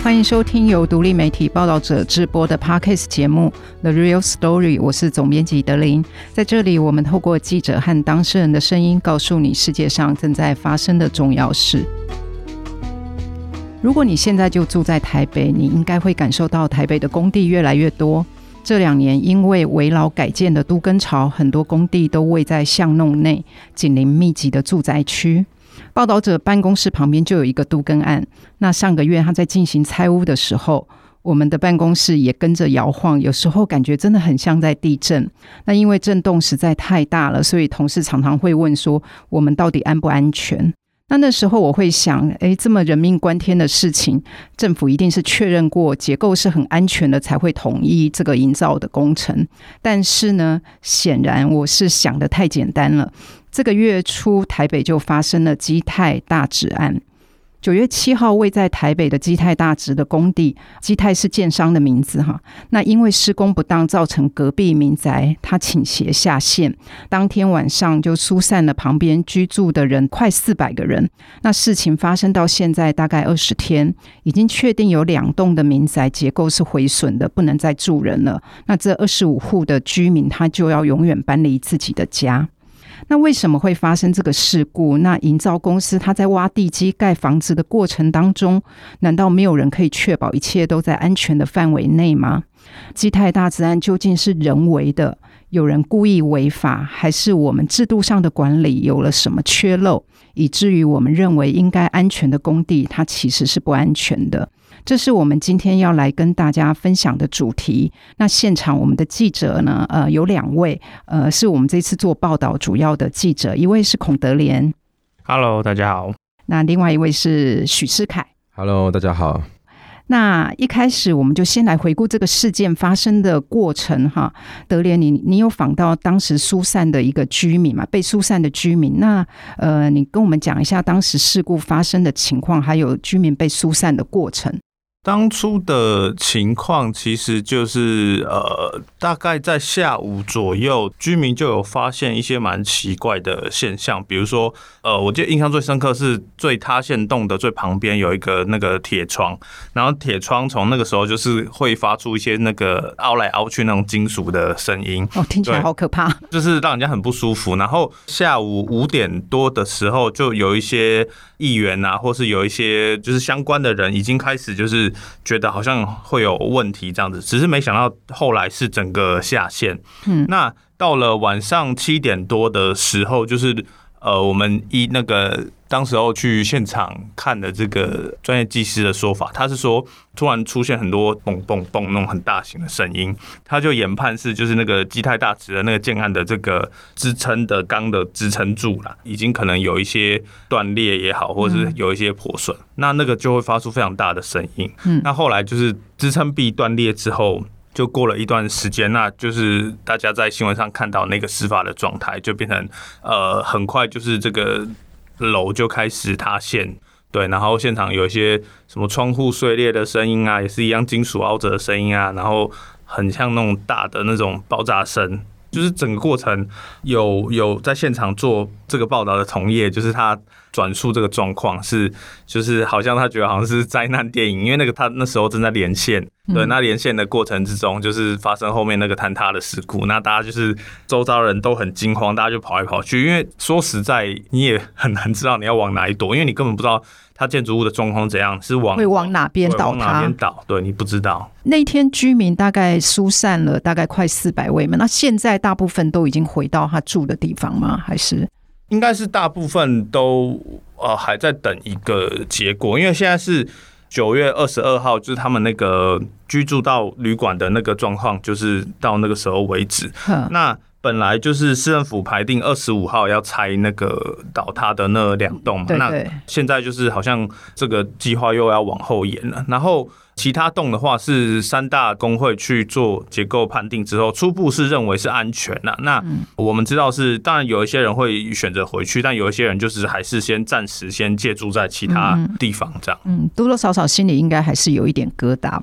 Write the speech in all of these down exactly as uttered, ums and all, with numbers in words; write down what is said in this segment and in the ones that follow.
欢迎收听由独立媒体报道者制播的 Podcast 节目 The Real Story， 我是总编辑德琳。在这里，我们透过记者和当事人的声音，告诉你世界上正在发生的重要事。如果你现在就住在台北，你应该会感受到台北的工地越来越多。这两年因为围绕改建的都更潮，很多工地都位在巷弄内，紧邻密集的住宅区。报道者办公室旁边就有一个都更案，那上个月他在进行拆屋的时候，我们的办公室也跟着摇晃，有时候感觉真的很像在地震。那因为震动实在太大了，所以同事常常会问说我们到底安不安全。那那时候我会想，诶，这么人命关天的事情，政府一定是确认过结构是很安全的才会同意这个营造的工程。但是呢，显然我是想得太简单了。这个月初，台北就发生了基泰大直案。九月七号，位在台北的基泰大直的工地，基泰是建商的名字哈。那因为施工不当，造成隔壁民宅它倾斜下陷，当天晚上就疏散了旁边居住的人快四百个人。那事情发生到现在大概二十天，已经确定有两栋的民宅结构是毁损的，不能再住人了。那这二十五户的居民，他就要永远搬离自己的家。那为什么会发生这个事故？那营造公司他在挖地基盖房子的过程当中，难道没有人可以确保一切都在安全的范围内吗？基泰大直案究竟是人为的，有人故意违法，还是我们制度上的管理有了什么缺漏，以至于我们认为应该安全的工地它其实是不安全的？这是我们今天要来跟大家分享的主题。那现场我们的记者呢，呃，有两位，呃，是我们这次做报道主要的记者，一位是孔德莲 ，Hello， 大家好。 那另外一位是许世凯 ，Hello， 大家好。 那一开始我们就先来回顾这个事件发生的过程哈。德莲，你你有访到当时疏散的一个居民嘛？被疏散的居民，那呃，你跟我们讲一下当时事故发生的情况，还有居民被疏散的过程。 当初的情况其实就是呃，大概在下午左右，居民就有发现一些蛮奇怪的现象，比如说呃，我记得印象最深刻是最塌陷洞的最旁边有一个那个铁窗，然后铁窗从那个时候就是会发出一些那个凹来凹去那种金属的声音， 哦，听起来好可怕， 就是让人家很不舒服。然后下午五点多的时候，就有一些议员啊，或是有一些就是相关的人已经开始就是觉得好像会有问题这样子，只是没想到后来是整个下线。嗯，那到了晚上七点多的时候，就是呃，我们依那个当时候去现场看的这个专业技师的说法，他是说突然出现很多蹦蹦蹦那种很大型的声音，他就研判是就是那个基泰大直的那个建案的这个支撑的钢的支撑柱啦，已经可能有一些断裂也好，或者是有一些破损，嗯、那那个就会发出非常大的声音。嗯，那后来就是支撑壁断裂之后。就过了一段时间，那就是大家在新闻上看到那个事发的状态，就变成呃，很快就是这个楼就开始塌陷，对，然后现场有一些什么窗户碎裂的声音啊，也是一样金属凹着的声音啊，然后很像那种大的那种爆炸声。就是整个过程有有在现场做这个报道的同业，就是他转述这个状况是，就是好像他觉得好像是灾难电影，因为那个他那时候正在连线，对，那连线的过程之中，就是发生后面那个坍塌的事故，那大家就是周遭人都很惊慌，大家就跑来跑去，因为说实在你也很难知道你要往哪里躲，因为你根本不知道它建筑物的状况怎样，是往会往哪边倒塌， 往哪边倒，对，你不知道。 那一天居民大概疏散了大概快四百位嘛，那现在大部分都已经回到他住的地方吗？还是？ 应该是大部分都呃还在等一个结果，因为现在是九月二十二号，就是他们那个居住到旅馆的那个状况，就是到那个时候为止。那本来就是市政府排定二十五号要拆那个倒塌的那两栋嘛， 对对， 那现在就是好像这个计划又要往后延了。然后其他栋的话是三大工会去做结构判定之后，初步是认为是安全啦。那我们知道是，当然有一些人会选择回去，但有一些人就是还是先暂时先借住在其他地方这样。 嗯，多多少少心里应该还是有一点疙瘩吧。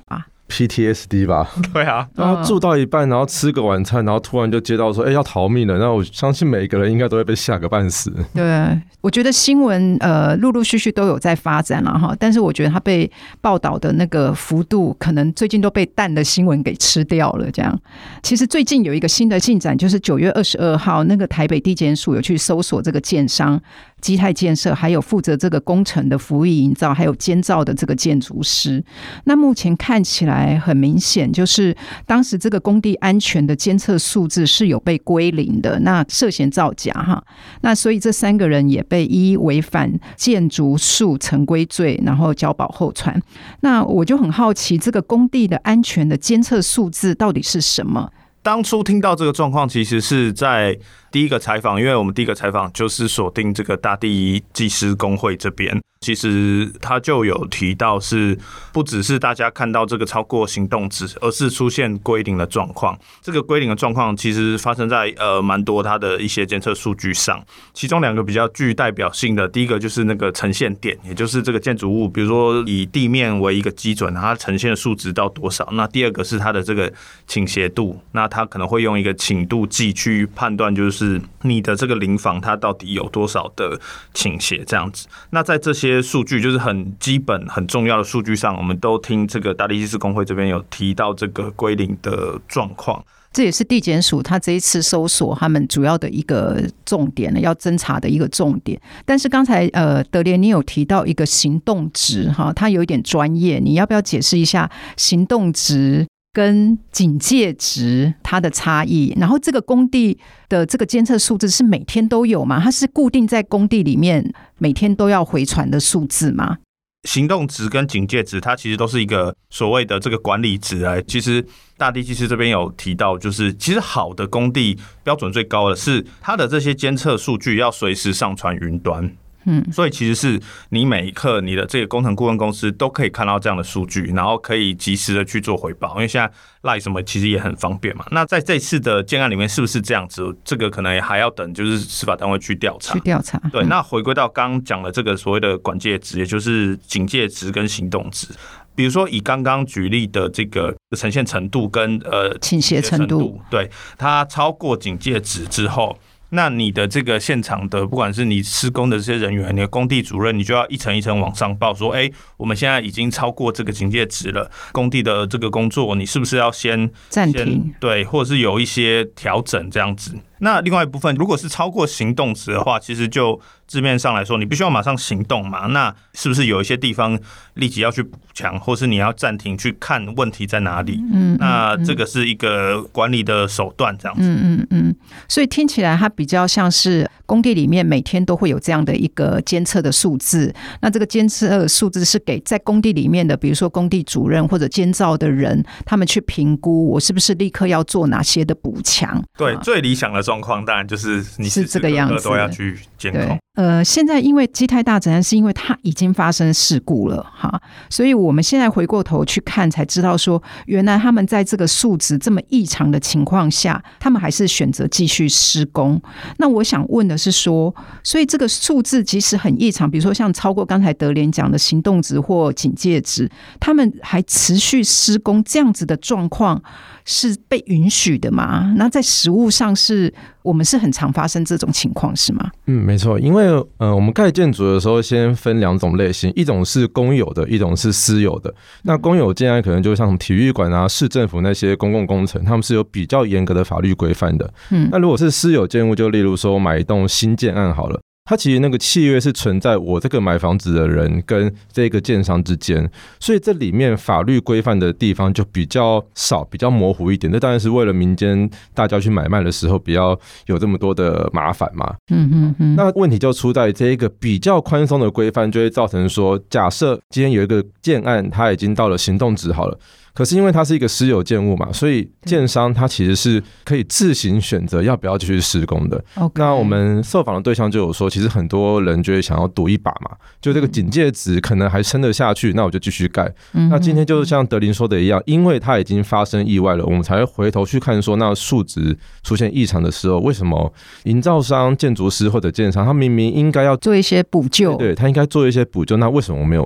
P T S D 吧。 对啊， 然后住到一半，然后吃个晚餐，然后突然就接到说，哎、欸，要逃命了。那我相信每一个人应该都会被吓个半死。 对，我觉得新闻呃陆陆续续都有在发展了哈，但是我觉得它被报道的那个幅度，可能最近都被淡的新闻给吃掉了。这样，其实最近有一个新的进展，就是九月二十二号，那个台北地检署有去搜索这个建商基泰建设，还有负责这个工程的服务营造，还有监造的这个建筑师。那目前看起来很明显，就是当时这个工地安全的监测数字是有被归零的，那涉嫌造假哈。那所以这三个人也被依违反建筑术成规罪，然后交保候传。那我就很好奇，这个工地的安全的监测数字到底是什么？ 当初听到这个状况，其实是在第一个采访，因为我们第一个采访就是锁定这个大地技师工会这边，其实他就有提到是不只是大家看到这个超过行动值，而是出现归零的状况。这个归零的状况其实发生在呃蛮多它的一些监测数据上，其中两个比较具代表性的，第一个就是那个呈现点，也就是这个建筑物，比如说以地面为一个基准，它呈现的数值到多少。那第二个是它的这个倾斜度，那它可能会用一个倾度计去判断，就是你的这个邻房它到底有多少的倾斜这样子。那在这些数据就是很基本很重要的数据上，我们都听这个大地技师工会这边有提到这个归零的状况。 这也是地检署他这一次搜索他们主要的一个重点，要侦查的一个重点。但是刚才呃德连你有提到一个行动值哈，它有一点专业，你要不要解释一下行动值跟警戒值它的差异？然后这个工地的这个监测数字是每天都有吗？它是固定在工地里面每天都要回传的数字吗？ 行动值跟警戒值它其实都是一个所谓的这个管理值啊。其实大地技师这边有提到，就是其实好的工地标准最高的是它的这些监测数据要随时上传云端。嗯，所以其实是你每一刻你的这个工程顾问公司都可以看到这样的数据，然后可以及时的去做回报，因为现在 Line 什么其实也很方便嘛。那在这次的建案里面是不是这样子？这个可能还要等就是司法单位去调查。 去调查。 对，那回归到刚刚讲的这个所谓的管戒值，也就是警戒值跟行动值。比如说以刚刚举例的这个呈现程度跟呃倾斜程度， 对，它超过警戒值之后，那你的这个现场的，不管是你施工的这些人员，你的工地主任，你就要一层一层往上报，说，哎、欸，我们现在已经超过这个警戒值了，工地的这个工作，你是不是要先暂停？ 对，或者是有一些调整这样子。那另外一部分，如果是超过行动值的话，其实就字面上来说，你必须要马上行动嘛。那是不是有一些地方立即要去补强，或是你要暂停去看问题在哪里？嗯，那这个是一个管理的手段，这样子。 嗯嗯嗯。所以听起来它比较像是工地里面每天都会有这样的一个监测的数字。那这个监测的数字是给在工地里面的，比如说工地主任或者监造的人，他们去评估我是不是立刻要做哪些的补强。 对，最理想的状况当然就是你是这个样子，都要去监控。 呃，现在因为基泰大整案是因为它已经发生事故了哈，所以我们现在回过头去看才知道说，原来他们在这个数值这么异常的情况下，他们还是选择继续施工。那我想问的是说，所以这个数字即使很异常，比如说像超过刚才德连讲的行动值或警戒值，他们还持续施工，这样子的状况是被允许的吗？那在实务上是我们是很常发生这种情况是吗？ 嗯，没错，因为呃，我们盖建筑的时候先分两种类型，一种是公有的，一种是私有的。那公有建案可能就像体育馆啊、市政府那些公共工程，他们是有比较严格的法律规范的。嗯，那如果是私有建物，就例如说买一栋新建案好了。它其实那个契约是存在我这个买房子的人跟这个建商之间，所以这里面法律规范的地方就比较少，比较模糊一点。这当然是为了民间大家去买卖的时候比较有这么多的麻烦嘛。嗯嗯嗯。那问题就出在这一个比较宽松的规范，就会造成说，假设今天有一个建案，它已经到了行动值好了。可是因为它是一个私有建物嘛，所以建商他其实是可以自行选择要不要继续施工的。Okay. 那我们受访的对象就有说，其实很多人就会想要赌一把嘛，就这个警戒值可能还撑得下去，那我就继续盖。嗯、那今天就像德林说的一样，因为它已经发生意外了，我们才会回头去看说，那数值出现异常的时候，为什么营造商、建筑师或者建商他明明应该要做一些补救， 对，他应该做一些补救，那为什么没有做？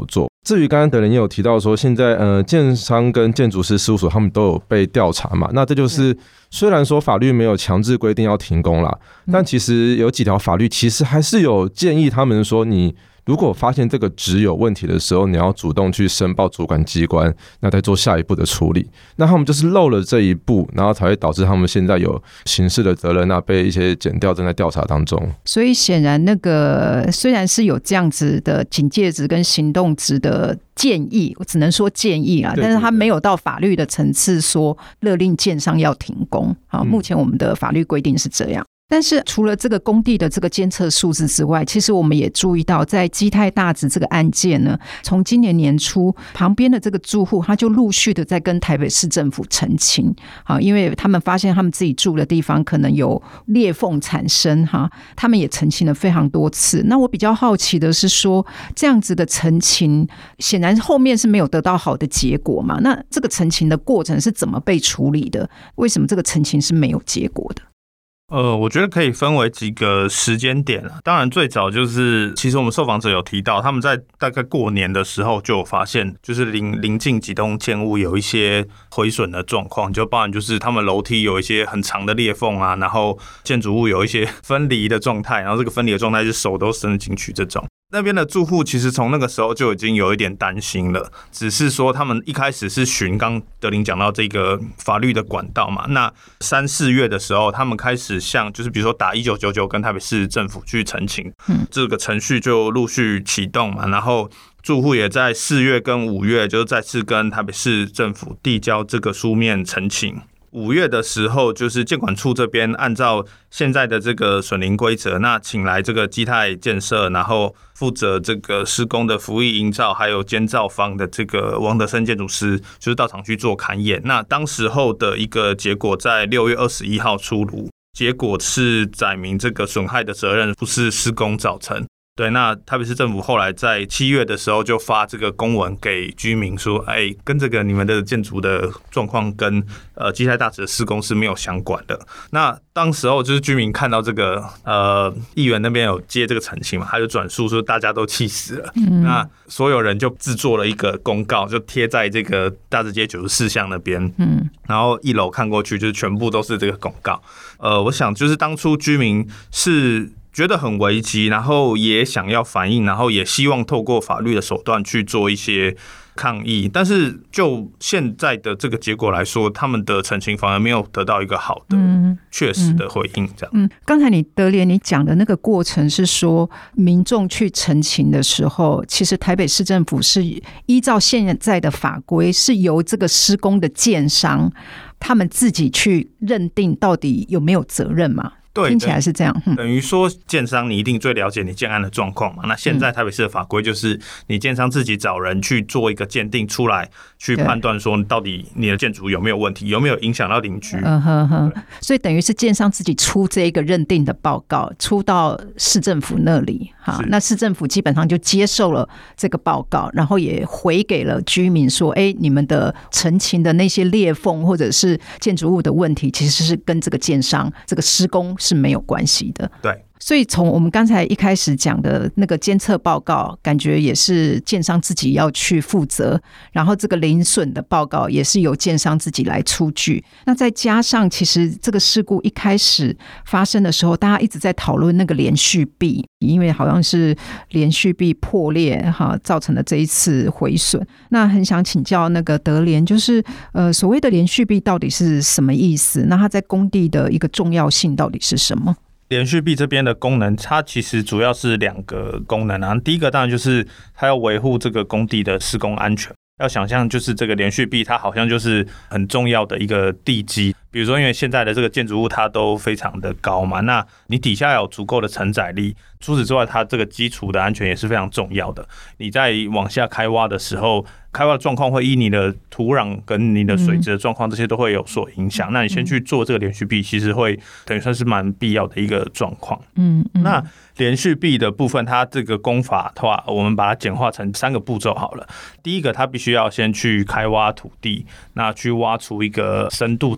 至于刚刚德仁也有提到说，现在呃，建商跟建筑师事务所他们都有被调查嘛，那这就是虽然说法律没有强制规定要停工啦，但其实有几条法律其实还是有建议他们说，你如果发现这个值有问题的时候，你要主动去申报主管机关，那再做下一步的处理。那他们就是漏了这一步，然后才会导致他们现在有刑事的责任，那被一些检调正在调查当中。 所以显然那个虽然是有这样子的警戒值跟行动值的建议，我只能说建议啦，但是他没有到法律的层次说勒令建商要停工。好，目前我们的法律规定是这样。但是除了这个工地的这个监测数字之外，其实我们也注意到，在基泰大直这个案件呢，从今年年初，旁边的这个住户他就陆续的在跟台北市政府澄清，好，因为他们发现他们自己住的地方可能有裂缝产生，哈，他们也澄清了非常多次。那我比较好奇的是说，这样子的澄清，显然后面是没有得到好的结果嘛？那这个澄清的过程是怎么被处理的？为什么这个澄清是没有结果的？ 呃，我觉得可以分为几个时间点啊。当然，最早就是其实我们受访者有提到，他们在大概过年的时候就有发现，就是邻邻近几栋建物有一些毁损的状况，就包含就是他们楼梯有一些很长的裂缝啊，然后建筑物有一些分离的状态，然后这个分离的状态是手都伸进去这种。那边的住户其实从那个时候就已经有一点担心了，只是说他们一开始是循刚德霖讲到这个法律的管道嘛，那三四月的时候，他们开始向就是比如说打一九九九跟台北市政府去澄清，嗯，这个程序就陆续启动嘛，然后住户也在四月跟五月就是再次跟台北市政府递交这个书面澄清。五月的时候，就是建管处这边按照现在的这个损林规则，那请来这个基泰建设，然后负责这个施工的服役营造还有监造方的这个王德生建筑师，就是到场去做勘验。那当时候的一个结果在六月二十一号出炉，结果是载明这个损害的责任不是施工造成。对，那台北市政府后来在七月的时候就发这个公文给居民说，哎，跟这个你们的建筑的状况跟呃基泰大直的施工是没有相关的。那当时候就是居民看到这个呃议员那边有接这个澄清嘛，他就转述说大家都气死了，嗯、那所有人就制作了一个公告，就贴在这个大直街九十四巷那边，嗯，然后一楼看过去就是全部都是这个公告。呃，我想就是当初居民是觉得很危急，然后也想要反映，然后也希望透过法律的手段去做一些抗议，但是就现在的这个结果来说，他们的澄清反而没有得到一个好的、确实的回应。这样， 嗯，刚才你德霖你讲的那个过程是说，民众去澄清的时候，其实台北市政府是依照现在的法规，是由这个施工的建商他们自己去认定到底有没有责任嘛？对，听起来是这样。 等于说，建商你一定最了解你建案的状况嘛？那现在台北市的法规就是，你建商自己找人去做一个鉴定出来，去判断说到底你的建筑有没有问题，有没有影响到邻居。 嗯哼哼。所以等于是建商自己出这一个认定的报告，出到市政府那里，哈，那市政府基本上就接受了这个报告，然后也回给了居民说，哎、欸，你们的陈情的那些裂缝或者是建筑物的问题，其实是跟这个建商这个施工是没有关系的。 对， 所以从我们刚才一开始讲的那个监测报告，感觉也是建商自己要去负责，然后这个零损的报告也是由建商自己来出具。那再加上其实这个事故一开始发生的时候，大家一直在讨论那个连续壁，因为好像是连续壁破裂哈造成的这一次毁损。那很想请教那个德霖，就是呃所谓的连续壁到底是什么意思？那它在工地的一个重要性到底是什么？ 连续壁这边的功能，它其实主要是两个功能啊。第一个当然就是它要维护这个工地的施工安全。要想象就是这个连续壁，它好像就是很重要的一个地基。比如说，因为现在的这个建筑物它都非常的高嘛，那你底下有足够的承载力。除此之外，它这个基础的安全也是非常重要的。你在往下开挖的时候，开挖的状况会依你的土壤跟你的水质的状况，这些都会有所影响。那你先去做这个连续壁，其实会等于算是蛮必要的一个状况。嗯，那连续壁的部分，它这个工法的话，我们把它简化成三个步骤好了。第一个，它必须要先去开挖土地，那去挖出一个深度之后，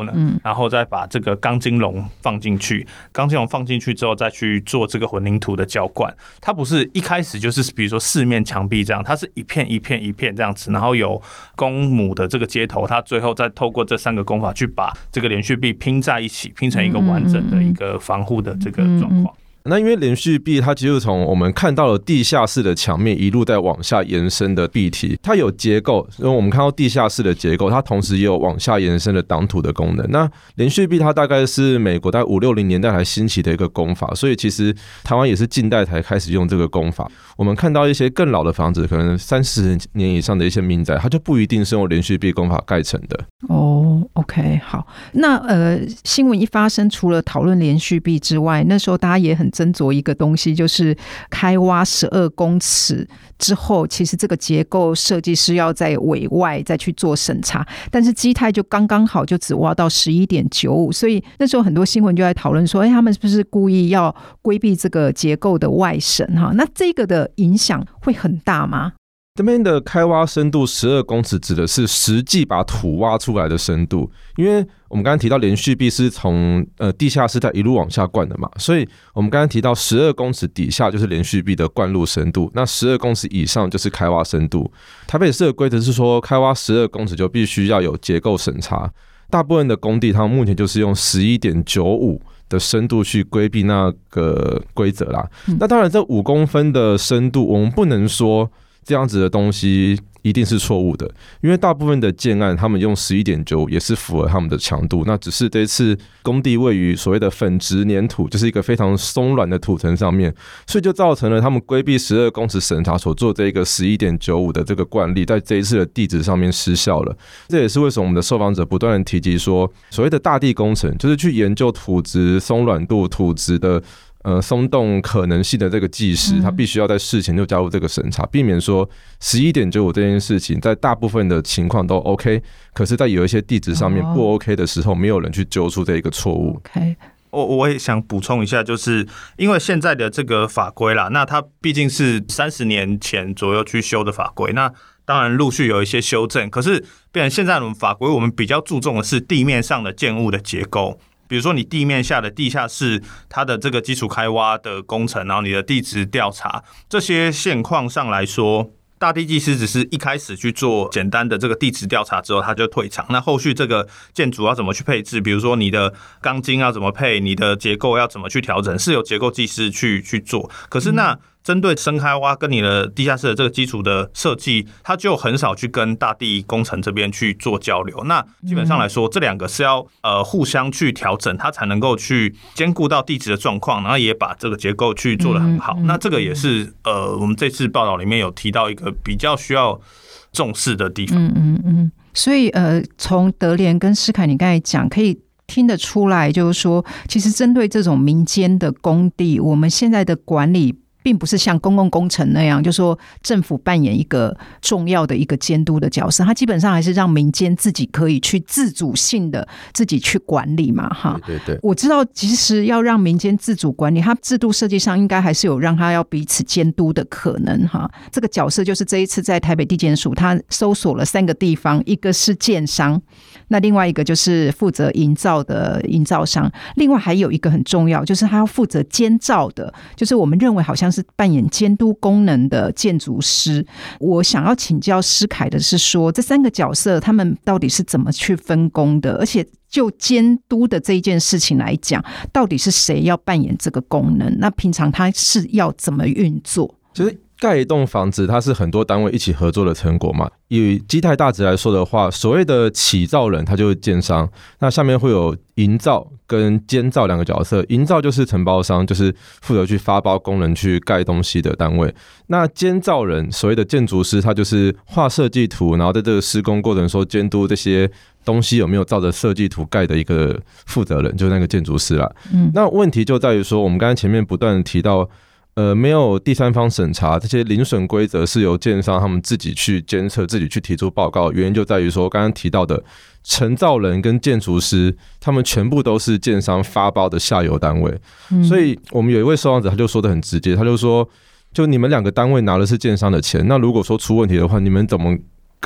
呢，然后再把这个钢筋笼放进去，钢筋笼放进去之后再去做这个混凝土的浇灌。它不是一开始就是比如说四面墙壁这样，它是一片一片一片这样子，然后有公母的这个接头，它最后再透过这三个工法去把这个连续壁拼在一起，拼成一个完整的一个防护的这个状况。 那因为连续壁它其实从我们看到了地下室的墙面一路在往下延伸的壁体，它有结构，因为我们看到地下室的结构，它同时也有往下延伸的挡土的功能。那连续壁它大概是美国在五六零年代才兴起的一个工法，所以其实台湾也是近代才开始用这个工法。我们看到一些更老的房子，可能三十年以上的一些民宅，它就不一定是用连续壁工法盖成的。 哦 ，OK， 好。那呃，新闻一发生，除了讨论连续壁之外，那时候大家也很斟酌一个东西，就是开挖十二公尺之后，其实这个结构设计师要在委外再去做审查，但是基泰就刚刚好就只挖到十一点九五，所以那时候很多新闻就在讨论说，哎，他们是不是故意要规避这个结构的外审哈？那这个的影响会很大吗？ 这边的开挖深度十二公尺指的是实际把土挖出来的深度，因为我们刚刚提到连续壁是从呃地下室在一路往下灌的嘛，所以我们刚刚提到十二公尺底下就是连续壁的灌入深度，那十二公尺以上就是开挖深度。台北市的规则是说，开挖十二公尺就必须要有结构审查，大部分的工地他们目前就是用十一点九五的深度去规避那个规则啦。那当然，这五公分的深度，我们不能说这样子的东西一定是错误的，因为大部分的建案他们用 十一点九五 也是符合他们的强度，那只是这次工地位于所谓的粉质粘土，就是一个非常松软的土层上面，所以就造成了他们规避十二公尺审查所做这个 十一点九五 的这个惯例在这一次的地址上面失效了。这也是为什么我们的受访者不断的提及说，所谓的大地工程就是去研究土质松软度、土质的呃，松动可能性的这个计时，它必须要在事前就加入这个审查，避免说 十一点九五 这件事情在大部分的情况都 OK， 可是在有一些地址上面不 OK 的时候，没有人去揪出这一个错误。 Okay. 我我也想补充一下，就是因为现在的这个法规啦，那它毕竟是三十年前左右去修的法规，那当然陆续有一些修正，可是变成现在的法规，我们比较注重的是地面上的建物的结构。比如说你地面下的地下室，它的这个基础开挖的工程，然后你的地质调查，这些现况上来说，大地技师只是一开始去做简单的这个地质调查之后，他就退场。那后续这个建筑要怎么去配置，比如说你的钢筋要怎么配，你的结构要怎么去调整，是由结构技师去去做。可是那针对深开挖跟你的地下室的这个基础的设计，它就很少去跟大地工程这边去做交流。那基本上来说，这两个是要呃互相去调整，它才能够去兼顾到地质的状况，然后也把这个结构去做得很好。那这个也是呃我们这次报道里面有提到一个比较需要重视的地方。 嗯嗯嗯。所以呃，从德联跟诗凯你刚才讲，可以听得出来，就是说，其实针对这种民间的工地，我们现在的管理并不是像公共工程那样，就说政府扮演一个重要的一个监督的角色，它基本上还是让民间自己可以去自主性的自己去管理嘛，哈。 对对对， 我知道，其实要让民间自主管理，它制度设计上应该还是有让它要彼此监督的可能，哈。这个角色就是这一次在台北地检署，它搜索了三个地方，一个是建商，那另外一个就是负责营造的营造商，另外还有一个很重要，就是他要负责监造的，就是我们认为好像是扮演监督功能的建筑师。我想要请教诗凯的是说，这三个角色他们到底是怎么去分工的，而且就监督的这一件事情来讲，到底是谁要扮演这个功能，那平常他是要怎么运作？ 其实盖一栋房子，它是很多单位一起合作的成果嘛。以基泰大直来说的话，所谓的起造人，他就是建商，那下面会有营造跟监造两个角色。营造就是承包商，就是负责去发包工人去盖东西的单位。那监造人，所谓的建筑师，他就是画设计图，然后在这个施工过程说监督这些东西有没有照着设计图盖的一个负责人，就是那个建筑师啦。嗯，那问题就在于说，我们刚才前面不断的提到，呃，没有第三方审查，这些零损规则是由建商他们自己去监测、自己去提出报告。原因就在于说，刚刚提到的承造人跟建筑师，他们全部都是建商发包的下游单位。嗯、所以，我们有一位受访者他就说得很直接，他就说，就你们两个单位拿的是建商的钱，那如果说出问题的话，你们怎么敢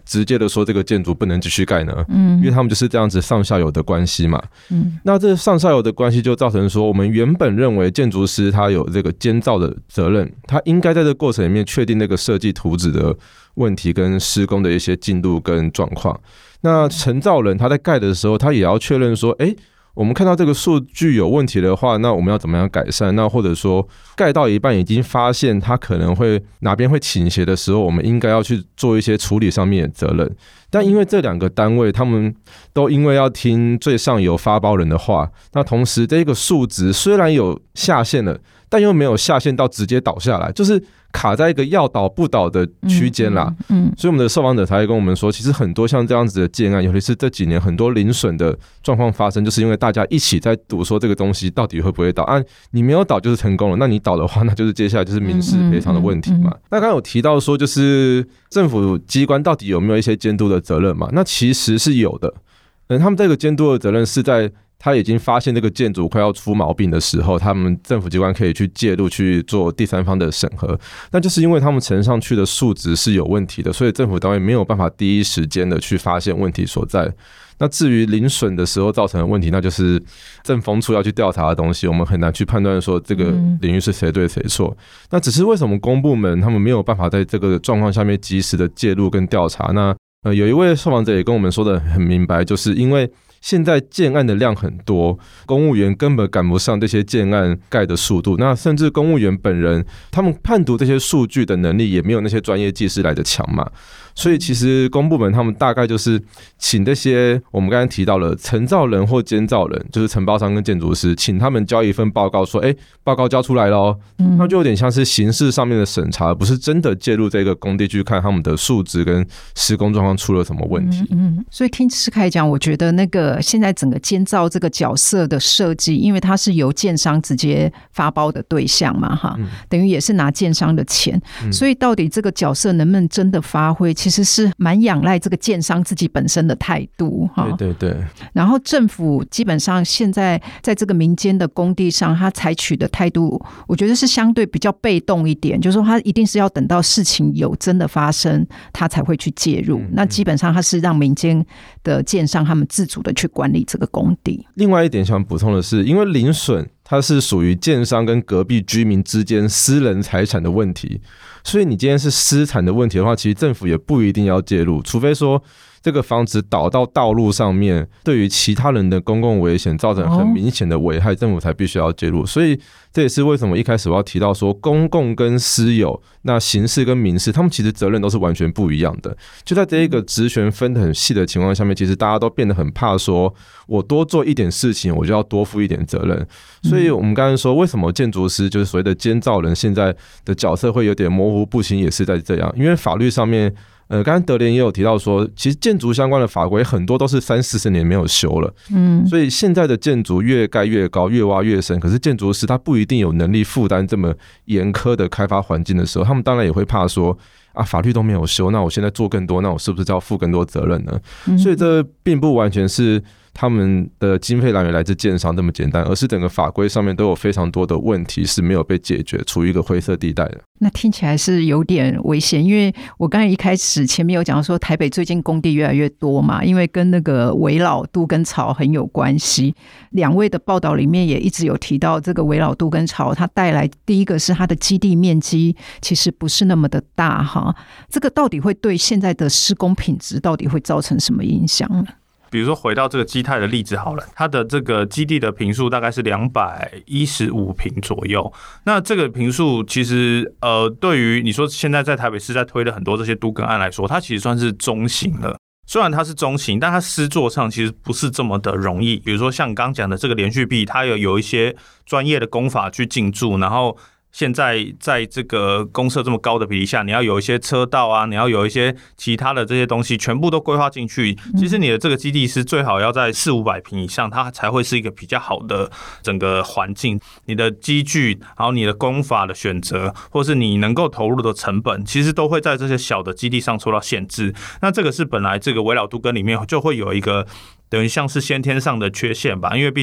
直接的说这个建筑不能继续盖呢？ 嗯， 因为他们就是这样子上下游的关系嘛。 嗯， 那这上下游的关系就造成说，我们原本认为建筑师他有这个监造的责任，他应该在这个过程里面确定那个设计图纸的问题跟施工的一些进度跟状况。那承造人他在盖的时候，他也要确认说，哎、欸，我们看到这个数据有问题的话，那我们要怎么样改善？那或者说盖到一半已经发现它可能会哪边会倾斜的时候，我们应该要去做一些处理上面的责任。但因为这两个单位他们都因为要听最上游发包人的话，那同时这个数值虽然有下限了，但又没有下限到直接倒下来，就是卡在一个要倒不倒的区间啦。嗯，嗯，所以我们的受访者才会跟我们说，其实很多像这样子的建案，尤其是这几年很多零损的状况发生，就是因为大家一起在赌说这个东西到底会不会倒啊？你没有倒就是成功了，那你倒的话，那就是接下来就是民事赔偿的问题嘛。嗯嗯嗯嗯，那刚刚有提到说，就是政府机关到底有没有一些监督的责任嘛？那其实是有的。嗯，他们这个监督的责任是在他已经发现这个建筑快要出毛病的时候，他们政府机关可以去介入去做第三方的审核。那就是因为他们呈上去的数值是有问题的，所以政府单位没有办法第一时间的去发现问题所在。那至于零损的时候造成的问题，那就是政风处要去调查的东西，我们很难去判断说这个领域是谁对谁错。那只是为什么公部门他们没有办法在这个状况下面及时的介入跟调查？那呃，有一位受访者也跟我们说的很明白，就是因为现在建案的量很多，公务员根本赶不上这些建案盖的速度，那甚至公务员本人他们判读这些数据的能力也没有那些专业技师来的强嘛。所以其实公部门他们大概就是请这些我们刚才提到了承造人或监造人，就是承包商跟建筑师，请他们交一份报告说，哎、欸，报告交出来咯，那就有点像是形式上面的審查，不是真的介入这个工地去看他们的数值跟施工状况出了什么问题。 嗯嗯，所以听施凯讲，我觉得那个现在整个监造这个角色的设计，因为它是由建商直接发包的对象嘛，哈、嗯，等于也是拿建商的钱、嗯，所以到底这个角色能不能真的发挥，其实是蛮仰赖这个建商自己本身的态度，哈， 对对对。 然后政府基本上现在在这个民间的工地上，他采取的态度，我觉得是相对比较被动一点，就是说他一定是要等到事情有真的发生，他才会去介入。嗯嗯，那基本上他是让民间的建商他们自主的去管理这个工地。 另外一点想补充的是，因为零损它是属于建商跟隔壁居民之间私人财产的问题，所以你今天是私产的问题的话，其实政府也不一定要介入，除非说这个房子倒到道路上面，对于其他人的公共危险造成很明显的危害，政府才必须要介入。所以这也是为什么一开始我要提到说，公共跟私有，那刑事跟民事，他们其实责任都是完全不一样的。就在这一个职权分得很细的情况下面，其实大家都变得很怕说，我多做一点事情，我就要多负一点责任。所以我们刚才说，为什么建筑师就是所谓的监造人现在的角色会有点模糊不清，也是在这样，因为法律上面。呃，刚才德联也有提到说，其实建筑相关的法规很多都是三四十年没有修了，嗯，所以现在的建筑越盖越高，越挖越深。可是建筑师他不一定有能力负担这么严苛的开发环境的时候，他们当然也会怕说，啊，法律都没有修，那我现在做更多，那我是不是要负更多责任呢？嗯，所以这并不完全是他们的经费来源来自建商这么简单，而是整个法规上面都有非常多的问题是没有被解决，处于一个灰色地带的。 那听起来是有点危险，因为我刚才一开始前面有讲说，台北最近工地越来越多嘛，因为跟那个危老都更潮很有关系。两位的报道里面也一直有提到，这个危老都更潮它带来第一个是它的基地面积其实不是那么的大哈，这个到底会对现在的施工品质到底会造成什么影响呢？ 比如说回到这个基泰的例子好了，它的这个基地的坪数大概是两百一十五坪左右。那这个坪数其实呃，对于你说现在在台北市在推的很多这些都更案来说，它其实算是中型了。虽然它是中型，但它施作上其实不是这么的容易。比如说像刚讲的这个连续壁，它有有一些专业的工法去进驻，然后现在在这个公设这么高的比例下，你要有一些车道啊，你要有一些其他的这些东西全部都规划进去，其实你的这个基地是最好要在四五百坪以上，它才会是一个比较好的整个环境。你的机具，然后你的工法的选择，或是你能够投入的成本，其实都会在这些小的基地上受到限制。那这个是本来这个危老都更里面就会有一个等于像是先天上的缺陷吧，因为毕竟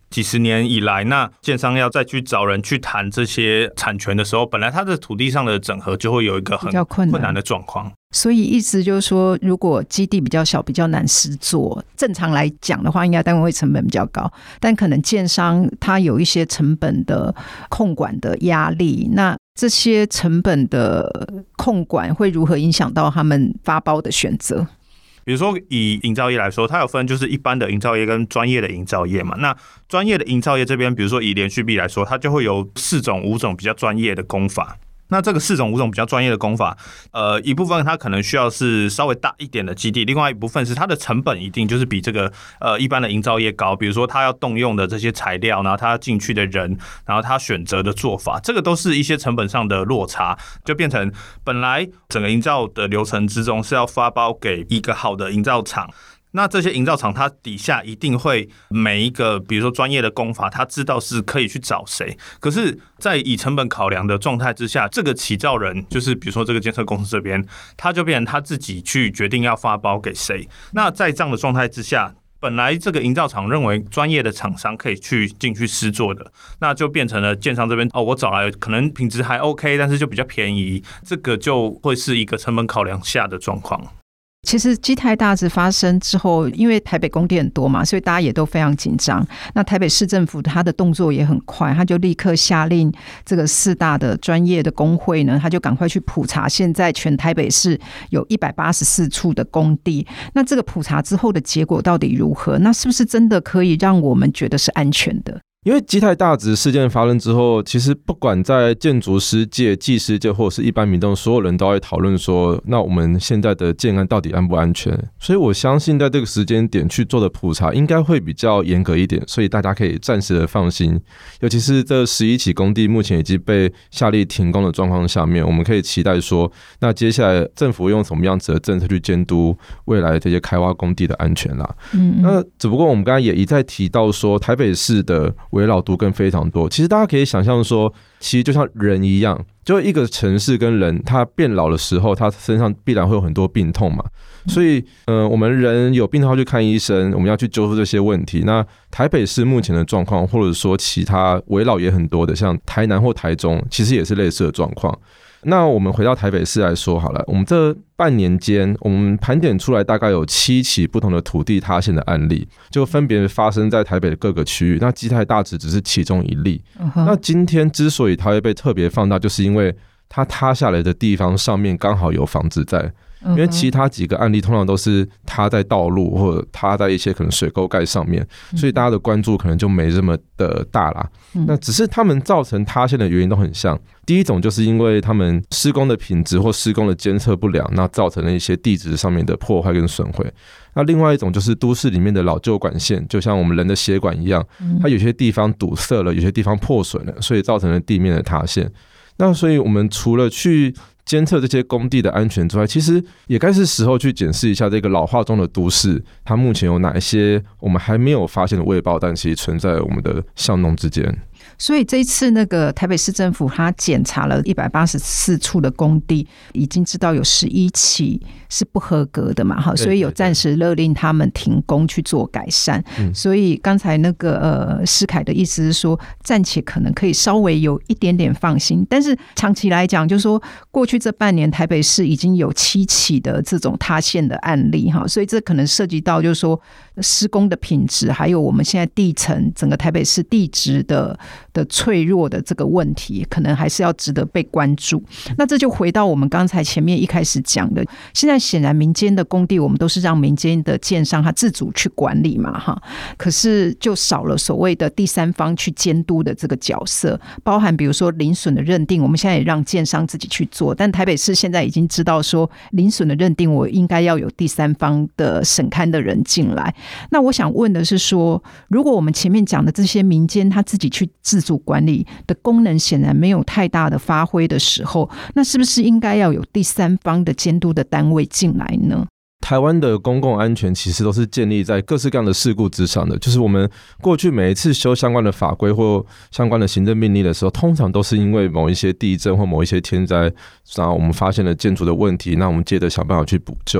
几十年以来，那建商要再去找人去谈这些产权的时候，本来他的土地上的整合就会有一个很困难的状况。 所以意思就是说，如果基地比较小，比较难施作。正常来讲的话，应该单位成本比较高，但可能建商他有一些成本的控管的压力。那这些成本的控管会如何影响到他们发包的选择？ 比如说以营造业来说，它有分就是一般的营造业跟专业的营造业嘛。那专业的营造业这边，比如说以连续壁来说，它就会有四种五种比较专业的工法。那这个四种五种比较专业的工法，呃，一部分它可能需要是稍微大一点的基地，另外一部分是它的成本一定就是比这个呃一般的营造业高，比如说它要动用的这些材料，然后它进去的人，然后它选择的做法，这个都是一些成本上的落差，就变成本来整个营造的流程之中是要发包给一个好的营造厂。那这些营造厂它底下一定会每一个比如说专业的工法，他知道是可以去找谁，可是在以成本考量的状态之下，这个起造人就是比如说这个建设公司这边，他就变成他自己去决定要发包给谁。那在这样的状态之下，本来这个营造厂认为专业的厂商可以去进去施作的，那就变成了建商这边哦，我找来可能品质还 OK， 但是就比较便宜，这个就会是一个成本考量下的状况。 其实基台大直发生之后，因为台北工地很多嘛，所以大家也都非常紧张。那台北市政府他的动作也很快，他就立刻下令这个四大的专业的工会呢，他就赶快去普查现在全台北市有一百八十四处的工地。那这个普查之后的结果到底如何？那是不是真的可以让我们觉得是安全的？ 因为基台大直事件发生之后，其实不管在建筑师界、技师界或者是一般民众，所有人都会讨论说，那我们现在的建案到底安不安全？所以我相信在这个时间点去做的普查应该会比较严格一点，所以大家可以暂时的放心。尤其是这十一起工地目前已经被下令停工的状况下面，我们可以期待说，那接下来政府用什么样子的政策去监督未来这些开挖工地的安全啦？嗯嗯，那只不过我们刚才也一再提到说，台北市的围绕都更非常多。其实大家可以想象说，其实就像人一样，就一个城市跟人，他变老的时候，他身上必然会有很多病痛嘛。所以，呃，我们人有病痛要去看医生，我们要去揪出这些问题。那台北市目前的状况，或者说其他围绕也很多的，像台南或台中，其实也是类似的状况。那我们回到台北市来说好了，我们这半年间，我们盘点出来大概有七起不同的土地塌陷的案例，就分别发生在台北的各个区域。那基台大直只是其中一例。Uh-huh. 那今天之所以它会被特别放大，就是因为它塌下来的地方上面刚好有房子在。因为其他几个案例通常都是塌在道路或者塌在一些可能水沟盖上面，所以大家的关注可能就没这么的大啦。那只是他们造成塌陷的原因都很像，第一种就是因为他们施工的品质或施工的监测不良，那造成了一些地质上面的破坏跟损毁。那另外一种就是都市里面的老旧管线，就像我们人的血管一样，它有些地方堵塞了，有些地方破损了，所以造成了地面的塌陷。那所以我们除了去监测这些工地的安全之外，其实也该是时候去检视一下这个老化中的都市，它目前有哪一些我们还没有发现的未爆弹其实存在我们的巷弄之间。 所以这一次那个台北市政府他检查了一百八十四处的工地，已经知道有十一起是不合格的嘛，所以有暂时勒令他们停工去做改善。嗯、所以刚才那个呃施凯的意思是说，暂且可能可以稍微有一点点放心，但是长期来讲，就是说过去这半年台北市已经有七起的这种塌陷的案例哈，所以这可能涉及到就是说施工的品质，还有我们现在地层整个台北市地质的。的脆弱的这个问题，可能还是要值得被关注。那这就回到我们刚才前面一开始讲的，现在显然民间的工地我们都是让民间的建商他自主去管理嘛，哈，可是就少了所谓的第三方去监督的这个角色，包含比如说零损的认定，我们现在也让建商自己去做，但台北市现在已经知道说零损的认定我应该要有第三方的审勘的人进来。那我想问的是说，如果我们前面讲的这些民间他自己去自主管理的功能显然没有太大的发挥的时候，那是不是应该要有第三方的监督的单位进来呢？ 台湾的公共安全其实都是建立在各式各样的事故之上的，就是我们过去每一次修相关的法规或相关的行政命令的时候，通常都是因为某一些地震或某一些天灾，然后我们发现了建筑的问题，那我们接着想办法去补救。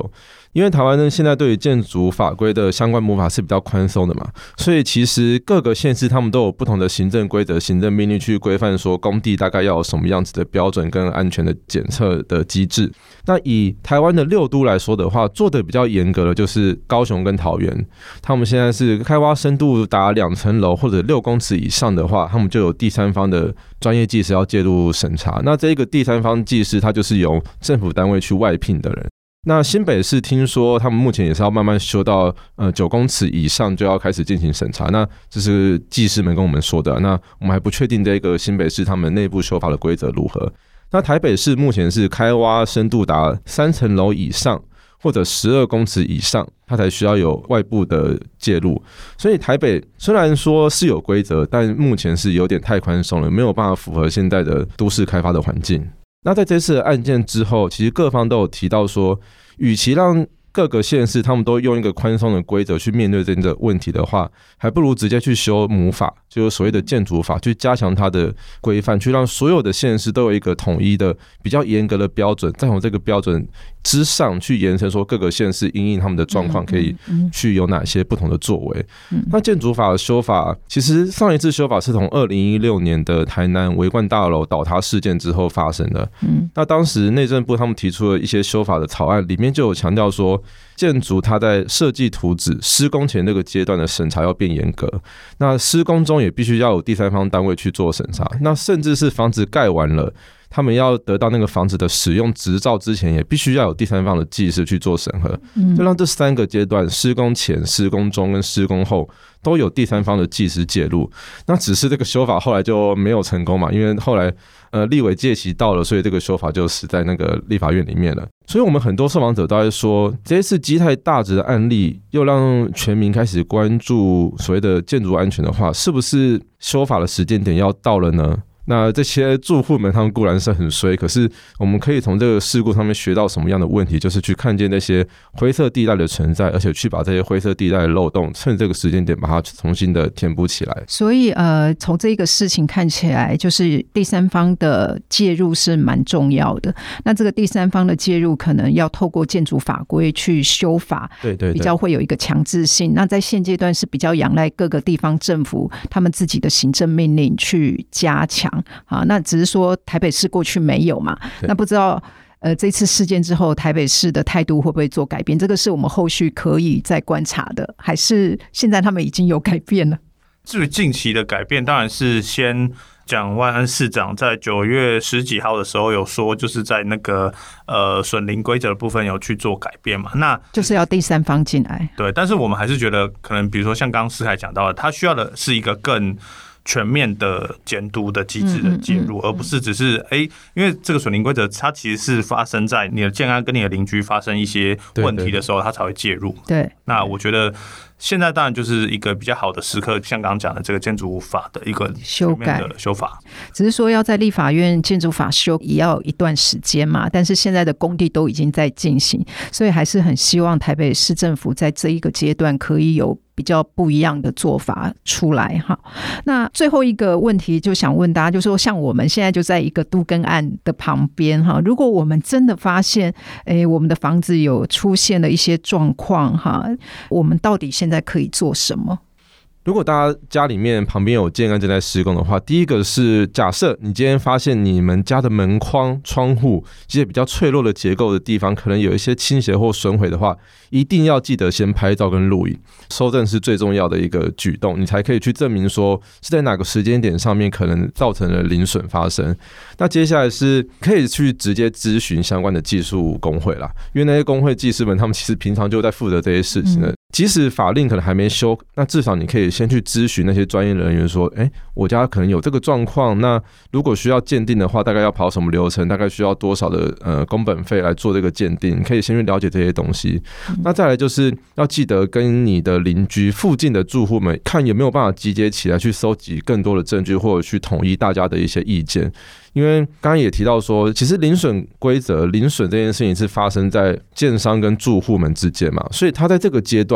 因为台湾呢现在对于建筑法规的相关魔法是比较宽松的嘛，所以其实各个县市他们都有不同的行政规则、行政命令去规范说工地大概要有什么样子的标准跟安全的检测的机制。那以台湾的六都来说的话，做的比较严格的就是高雄跟桃园，他们现在是开挖深度达两层楼或者六公尺以上的话，他们就有第三方的专业技师要介入审查。那这一个第三方技师他就是由政府单位去外聘的人。那新北市听说他们目前也是要慢慢修到呃九公尺以上就要开始进行审查，那这是技师们跟我们说的，那我们还不确定这个新北市他们内部修法的规则如何。那台北市目前是开挖深度达三层楼以上或者十二公尺以上，它才需要有外部的介入。所以台北虽然说是有规则，但目前是有点太宽松了，没有办法符合现在的都市开发的环境。那在这次的案件之后，其实各方都有提到说，与其让各个县市他们都用一个宽松的规则去面对这个问题的话，还不如直接去修母法，就是所谓的建筑法，去加强它的规范，去让所有的县市都有一个统一的比较严格的标准，再从这个标准之上去延伸说各个县市因应他们的状况可以去有哪些不同的作为。那建筑法的修法，其实上一次修法是从二零一六年的台南维冠大楼倒塌事件之后发生的。那当时内政部他们提出了一些修法的草案，里面就有强调说，建筑它在设计图纸、施工前那个阶段的审查要变严格，那施工中也必须要有第三方单位去做审查，那甚至是房子盖完了，他们要得到那个房子的使用执照之前，也必须要有第三方的技师去做审核，就让这三个阶段，施工前、施工中跟施工后都有第三方的技师介入。那只是这个修法后来就没有成功嘛，因为后来呃立委届期到了，所以这个修法就死在那个立法院里面了。所以我们很多受访者都在说，这一次基泰大直的案例又让全民开始关注所谓的建筑安全的话，是不是修法的时间点要到了呢？那这些住户们他们固然是很衰，可是我们可以从这个事故上面学到什么样的问题，就是去看见那些灰色地带的存在，而且去把这些灰色地带的漏洞趁这个时间点把它重新的填补起来。 所以呃，从这个事情看起来，就是第三方的介入是蛮重要的。那这个第三方的介入可能要透过建筑法规去修法， 对对对， 比较会有一个强制性。那在现阶段是比较仰赖各个地方政府他们自己的行政命令去加强。好，那只是说台北市过去没有嘛，那不知道呃这次事件之后台北市的态度会不会做改变，这个是我们后续可以再观察的，还是现在他们已经有改变了？ 至于近期的改变，当然是先蒋万安市长在九月十几号的时候有说，就是在那个呃损林规则的部分有去做改变嘛，那就是要第三方进来。对， 但是我们还是觉得，可能比如说像刚刚思凯讲到的，他需要的是一个更全面的监督的机制的介入，而不是只是哎、欸，因为这个损林规则它其实是发生在你的建案跟你的邻居发生一些问题的时候，它才会介入。 对， 那我觉得现在当然就是一个比较好的时刻，像刚刚讲的这个建筑法的一个修改的修法， 只是说要在立法院建筑法修也要一段时间嘛，但是现在的工地都已经在进行，所以还是很希望台北市政府在这一个阶段可以有比较不一样的做法出来哈。那最后一个问题就想问大家，就是说像我们现在就在一个都更案的旁边哈，如果我们真的发现诶我们的房子有出现了一些状况哈，我们到底现在可以做什么？ 如果大家家里面旁边有建案正在施工的话，第一个是假设你今天发现你们家的门框、窗户这些比较脆弱的结构的地方可能有一些倾斜或损毁的话，一定要记得先拍照跟录影，收证是最重要的一个举动，你才可以去证明说是在哪个时间点上面可能造成了邻损发生。那接下来是可以去直接咨询相关的技术工会啦，因为那些工会技师们他们其实平常就在负责这些事情的，即使法令可能还没修，那至少你可以先去咨询那些专业人员说，哎、欸，我家可能有这个状况，那如果需要鉴定的话，大概要跑什么流程，大概需要多少的呃工本费来做这个鉴定，你可以先去了解这些东西。那再来就是要记得跟你的邻居、附近的住户们看有没有办法集结起来，去收集更多的证据，或者去统一大家的一些意见。因为刚刚也提到说，其实邻损规则、邻损这件事情是发生在建商跟住户们之间嘛，所以他在这个阶段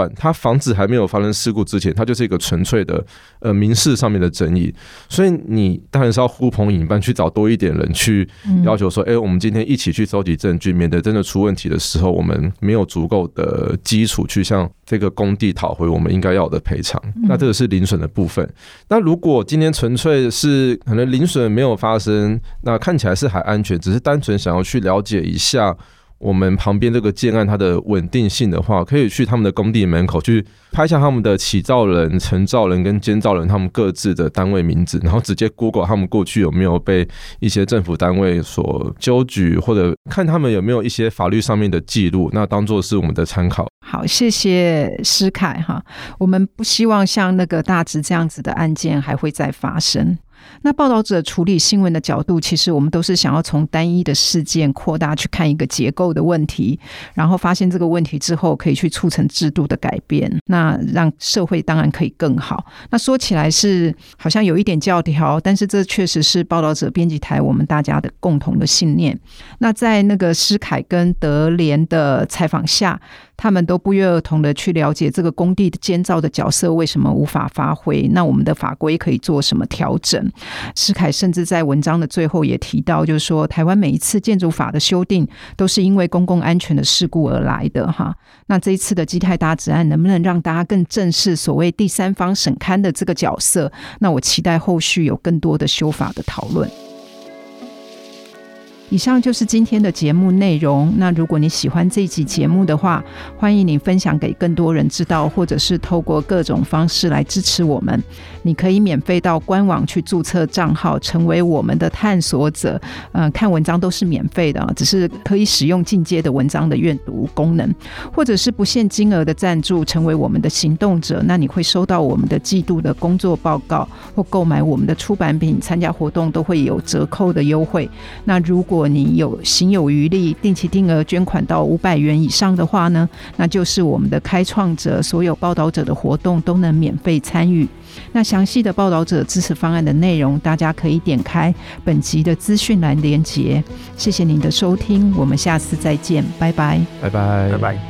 段，它房子还没有发生事故之前，它就是一个纯粹的呃民事上面的争议，所以你当然是要呼朋引伴去找多一点人去要求说，哎、嗯欸，我们今天一起去收集证据，免得真的出问题的时候，我们没有足够的基础去向这个工地讨回我们应该要的赔偿。那这个是零损的部分。那如果今天纯粹是可能零损没有发生，那看起来是还安全，只是单纯想要去了解一下我们旁边这个建案它的稳定性的话，可以去他们的工地门口去拍下他们的起造人、承造人跟监造人他们各自的单位名字，然后直接 Google 他们过去有没有被一些政府单位所纠举，或者看他们有没有一些法律上面的记录，那当作是我们的参考。 好，谢谢施凯哈。我们不希望像那个大直这样子的案件还会再发生。那报道者处理新闻的角度，其实我们都是想要从单一的事件扩大去看一个结构的问题，然后发现这个问题之后可以去促成制度的改变，那让社会当然可以更好。那说起来是好像有一点教条，但是这确实是报道者编辑台我们大家的共同的信念。那在那个施凯跟德联的采访下，他们都不约而同的去了解这个工地的监造的角色为什么无法发挥，那我们的法规可以做什么调整。施凯甚至在文章的最后也提到，就是说台湾每一次建筑法的修订都是因为公共安全的事故而来的哈。那这一次的基泰大直案能不能让大家更正视所谓第三方审勘的这个角色，那我期待后续有更多的修法的讨论。以上就是今天的节目内容。那如果你喜欢这一集节目的话，欢迎你分享给更多人知道，或者是透过各种方式来支持我们。你可以免费到官网去注册账号，成为我们的探索者。呃，看文章都是免费的，只是可以使用进阶的文章的阅读功能，或者是不限金额的赞助，成为我们的行动者。那你会收到我们的季度的工作报告，或购买我们的出版品，参加活动都会有折扣的优惠。那如果如果你有行有余力，定期定额捐款到五百元以上的话呢，那就是我们的开创者所有报道者的活动都能免费参与。那详细的报道者支持方案的内容，大家可以点开本集的资讯栏连结。谢谢您的收听，我们下次再见，拜拜， 拜拜， 拜拜。